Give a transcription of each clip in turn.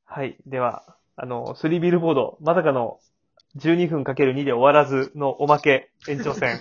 はい。では、スリービルボード、まさかの12分 ×2 で終わらずのおまけ延長戦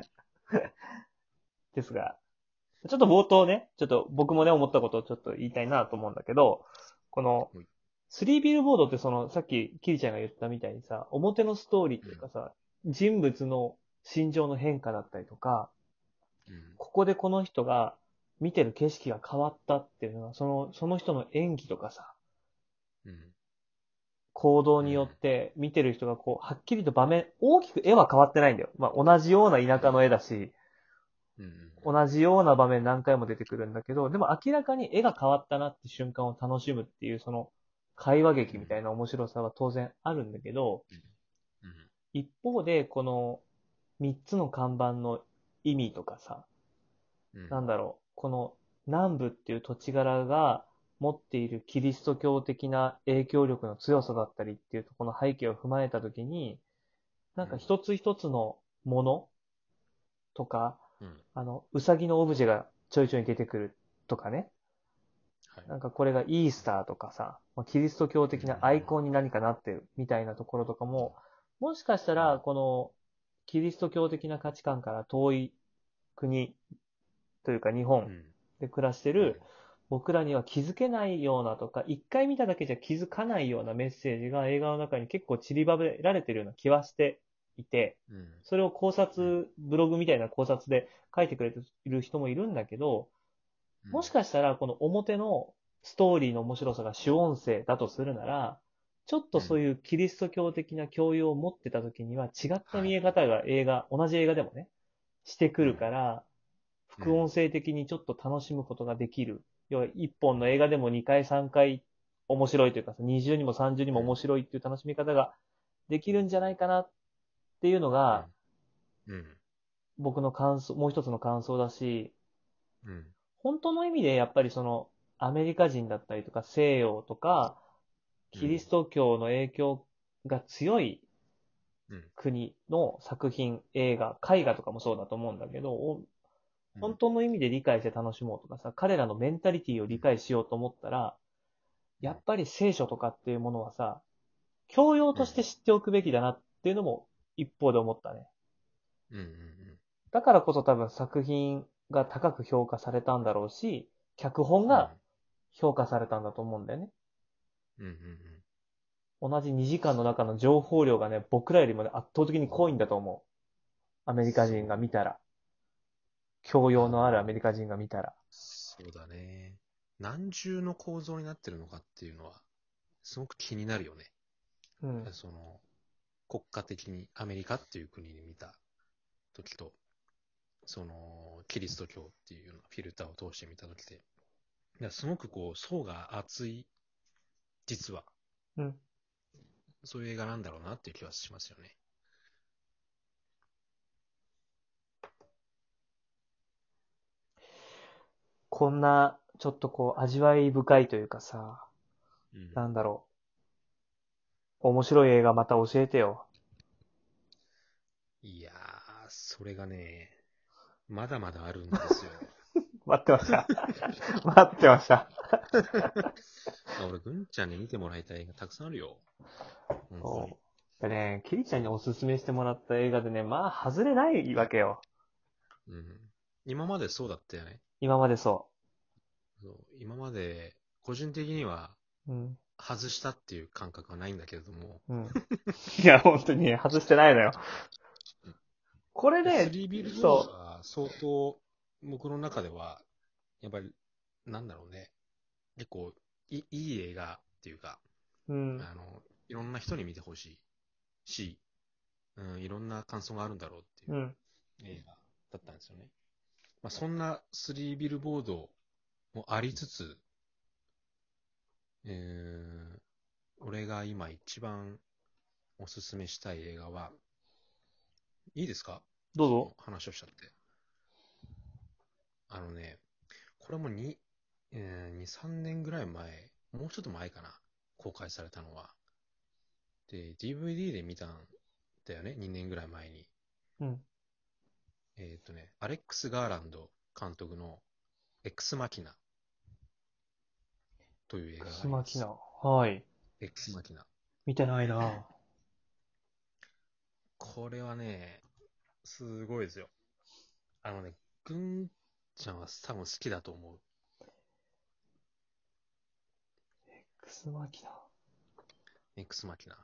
ですが、ちょっと冒頭ね、ちょっと僕もね、思ったことをちょっと言いたいなと思うんだけど、この、 はい。 スリービルボードってさっきキリちゃんが言ったみたいにさ、表のストーリーというかさ、人物の心情の変化だったりとか、 うん。 ここでこの人が見てる景色が変わったっていうのは、その人の演技とかさ、 うん。 行動によっうん。 て見てる人がはっきりと大きく絵は変わってないんだよ。まあ、同じような田舎の絵だし、 うん。 同じような場面何回も出てくるんだけど、でも明らかに絵が変わったなって瞬間を楽しむっていう、その会話劇みたいな面白さは当然あるんだけど、 うん。 一方でこの三つの看板の意味とかさ、 うん。 なんだろう、この南部っていう土地柄が持っているキリスト教的な影響力の強さだったりっていうところの背景を踏まえたときに、なんか一つ一つのものとか、 うん。 うさぎのオブジェがちょいちょい出てくるとかね。 はい。 なんかこれがイースターとかさ、キリスト教うん。 的なアイコンに何かなってるみたいなところとかも、もしかしたら、このキリスト教的な価値観から遠い国というか日本うん。 で暮らしてうん。 る僕らには気づけないようなとか、一回見ただけじゃ気づかないようなメッセージが映画の中に結構散りばめられてるような気はしていて、 うん。 それを考うん。 察、ブログみたいな考察で書いてくれている人もいるんだけど、 うん。 もしかしたらこの表のストーリーの面白さが主音声だとするなら、ちょっとうん。 そういうキリスト教的な教養を持ってた時には違ったはい。 見え方が同じ映画でもね、してくるうん。 から、 うん。 副音声的にちょっと楽しむことができる。要は一本の映画でも2回3回面白いというか、20にも30にも面白いっていう楽しみ方ができるんじゃないかなっていうのがうん。うん。 僕の感想、もう一つの感想だし、 うん。 本当の意味でやっぱりアメリカ人だったりとか西洋とかうん。 キリスト教の影響が強いうん。 国の作品、映画、絵画とかもそうだと思うんだけど、 うん。 本当の意味で理解して楽しもうとかさ、彼らのメンタリティを理解しようと思ったら、やっぱり聖書とかっていうものはさ、教養うん。 として知っておくべきだなっていうのも一方で思ったね。 うん。 だからこそ多分作品が高く評価されたんだろうし、脚本がうん。 評価されたんだと思うんだよね。 うん。うん。 同じ2時間の中の情報量がね、僕らよりもね、圧倒的に濃いんだと思う。アメリカ人が見そう。 たら。教養のあるアメああ、 リカ人が見たら。 そうだね。何重の構造になってるのかっていうのは、すごく気になるよね。 うん。 国家的にアメリカっていう国に見た時と、キリスト教っていうようなフィルターを通して見た時で、すごく層が厚い、実は、 うん。 そういう映画なんだろうなっていう気はしますよね。 こんな、ちょっと味わい深いというかさ、 うん。 なんだろう。面白い映画また教えてよ。 いやー、それがね、まだまだあるんですよ。 待ってました。待ってました。 俺、ぐんちゃんに見てもらいたい映画たくさんあるよ。本当に。 そう。でね、キリちゃんにおすすめしてもらった映画でね、まあ、外れないわけよ。 うん。今までそうだったよね。 今までそ今まで、個人的には、 う。うん。 外したっていう感覚はないんだけれども、 うん。いや、本当にね、外してないのよ。これスね、 リービルボードそは相当、僕の中では、やっぱり、なんだろうね、結構いい映画っていうか、 う。うん。 いろんな人に見てほしいし、いろんな感想があるんだろうっていうん。 う映画だったんですよね。まあ、そんなスリービルボードもありつつ、俺が今一番おすすめしたい映画は、いいですか？ どうぞ。 話をしちゃって。あのね、これも2、3年ぐらい前、もうちょっと前かな、公開されたのは。で、DVD で見たんだよね、2年ぐらい前に。 うん。 アレックス・ガーランド監督のエクスマキナという映画があクスります。 マキナ。はい。 X マキナ。 見てないな。 これはね、すごいですよ。ぐんちゃんは多分好きだと思う。 クスマキナ。 X マキナ。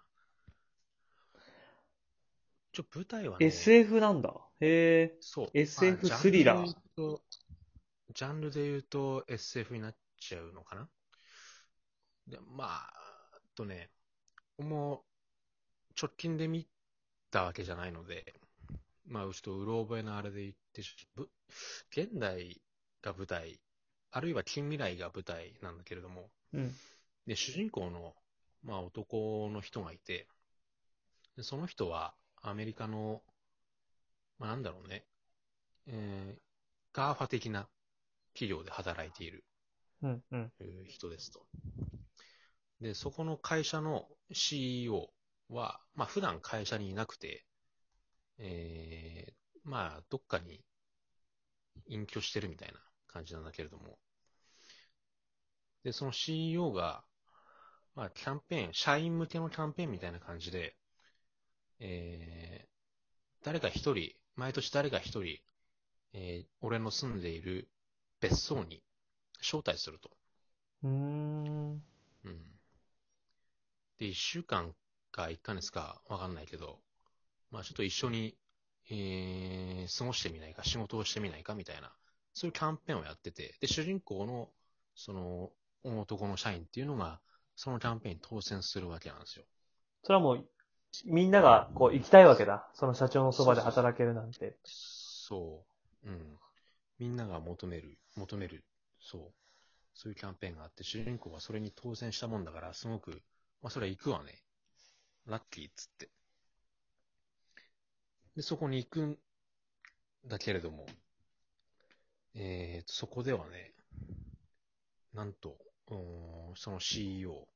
舞台はね、 SF なんだ。へえ。 そう。 SF スリラー。 ジャンルで言うと SF になっちゃうのかな。で、もう直近で見たわけじゃないので、ちょっとうろ覚えのあれで言って現代が舞台、あるいは近未来が舞台なんだけれども、 うん。 で、主人公の、男の人がいて、でその人はアメリカの、なんだろうね、ガーファ的な企業で働いているうん。うん。 人ですと。で、そこの会社の CEO は、普段会社にいなくて、どっかに隠居してるみたいな感じなんだけれども、で、その CEO が、キャンペーン、社員向けのキャンペーンみたいな感じで、誰か一人、毎年誰か一人、俺の住んでいる別荘に招待すると。 うーん。 うん。で、一週間か一ヶ月かわかんないけど、ちょっと一緒に、過ごしてみないか、仕事をしてみないかみたいな、そういうキャンペーンをやってて、で、主人公の、その、男の社員っていうのが、そのキャンペーンに当選するわけなんですよ。 それはもう、みんながこう行きたいわけだ。その社長のそばで働けるなんて。 そう。うん。みんなが求める、そう。そういうキャンペーンがあって、主人公はそれに当選したもんだから、すごく、それは行くわね。ラッキーっつって。で、そこに行くんだけれども、そこではね、なんと、その CEO、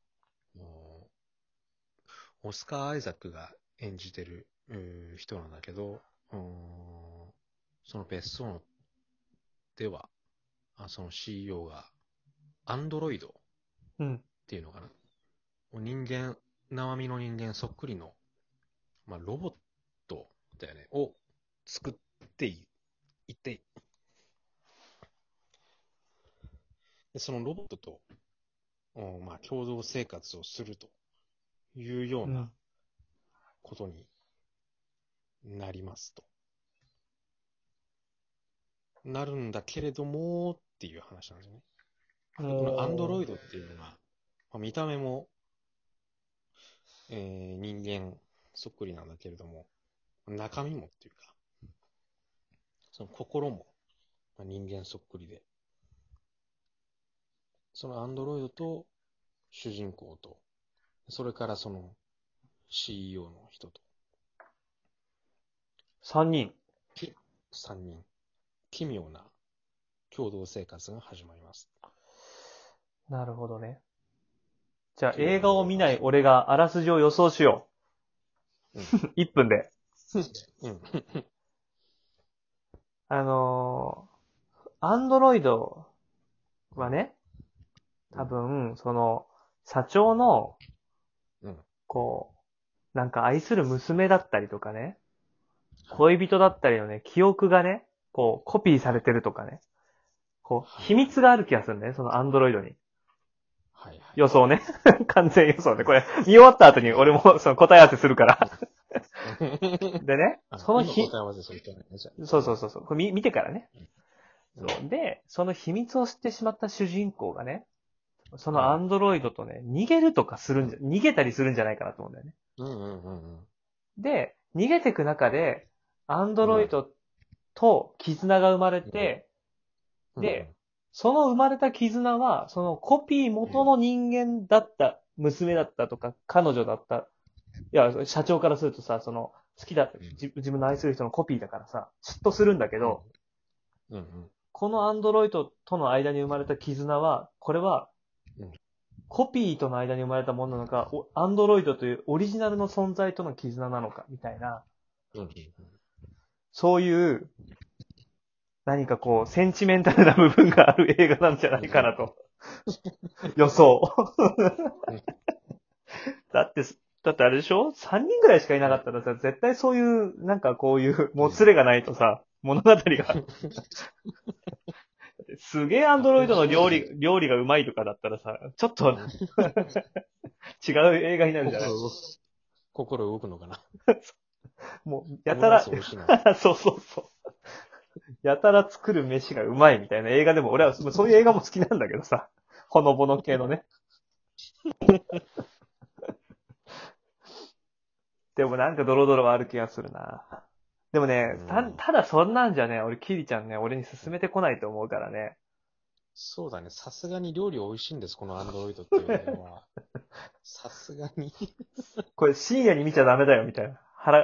オスカー・アイザックが演じてる人なんだけど、その別荘では、その CEO が、アンドロイドっうん。 ていうのかな。生身の人間そっくりの、ロボットだよね、を作っていて、でそのロボットと、共同生活をするというようなことになりますと。なるんだけれどもっていう話なんですよね。でこのアンドロイドっていうのが、見た目も、人間そっくりなんだけれども、中身もっていうか、その心も人間そっくりで、そのアンドロイドと主人公と、それからその CEO の人と、 3人。 3人、奇妙な共同生活が始まります。 なるほどね。じゃあという映画を見ない内容俺があらすじを予想しよう。1分で。 うん。 アンドロイドはね、多分、その、社長の、 うん。 こう、なんか愛する娘だったりとかね、恋人だったりのね、記憶がね、こう、コピーされてるとかね、こう、秘密がある気がするんだね、そのアンドロイドに。 はいはい。 予想ね。完全予想ね。これ、見終わった後に俺もその答え合わせするから。でね、その今答え合わせする人ね。 そうそうそうそう。これ見てからね。そうで、その秘密を知ってしまった主人公がね、そのアンドロイドとね、逃げるとかする逃げたりするんじゃないかなと思うんだよね。で、逃げていく中で、アンドロイドと絆が生まれて、で、その生まれた絆は、そのコピー元の人間だった、娘だったとか、彼女だった。いや、社長からするとさ、その、好きだ、自分の愛する人のコピーだからさ、嫉妬するんだけど、このアンドロイドとの間に生まれた絆は、これは、コピーとの間に生まれたものなのか、アンドロイドというオリジナルの存在との絆なのか、みたいな、そういう、何かこう、センチメンタルな部分がある映画なんじゃないかなと。予想。 だって、だってあれでしょ？ 3 人ぐらいしかいなかったらさ、絶対そういう、なんかこういう、もつれがないとさ、物語が、すげえアンドロイドの料理がうまいとかだったらさ、ちょっと違う映画になるじゃない？ 心動くのかな。 もう、やオムライたら、 ス美味しいな。 そうそうそう。やたら作る飯がうまいみたいな映画でも、俺はそういう映画も好きなんだけどさ、ほのぼの系のね。でもなんかドロドロはある気がするな。でもね、ただそんなんじゃね、俺、キリちゃんね、俺に勧めてこないと思うからね。 そうだね。さすがに料理美味しいんです、このアンドロイドっていうのは。さすがに。 これ深夜に見ちゃダメだよ、みたいな。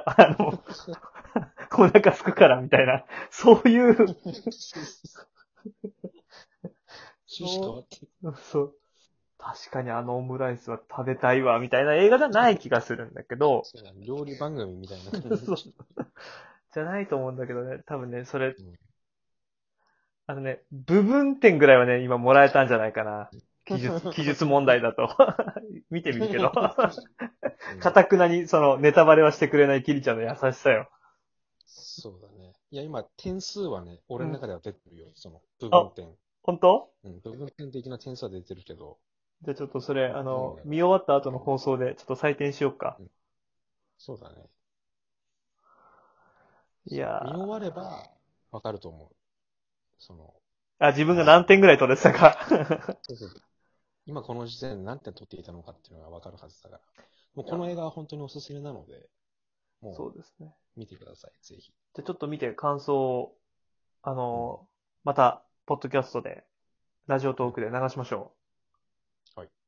お腹すくから、みたいな。そういう、 趣旨変わってる。 そう。確かにあのオムライスは食べたいわ、みたいな映画じゃない気がするんだけど、 そうだね。料理番組みたいな感じ。 そうじゃないと思うんだけどね、多分ね、それ、部分点ぐらいはね、今もらえたんじゃないかな。記述問題だと。見てみるけど。かたくなに、ネタバレはしてくれないキリちゃんの優しさよ。 そうだね。いや、今、点数はね、俺の中では出てるよ。部あ、 分点。 本当？ 部分点的な点数は出てるけど。 じゃあちょっとそれ、 うん見終わった後の放送でちょっと採点しようか。 そうだね。 いや見終われば、わかると思う。 自分が何点ぐらい取れてたか。 そうそう今この時点で何点取っていたのかっていうのがわかるはずだから。もうこの映画は本当におすすめなので、もそうですね。 う見てください、ぜひ。 じゃあちょっと見て感想を、また、ポッドキャストで、ラジオトークで流しましょう。 はい。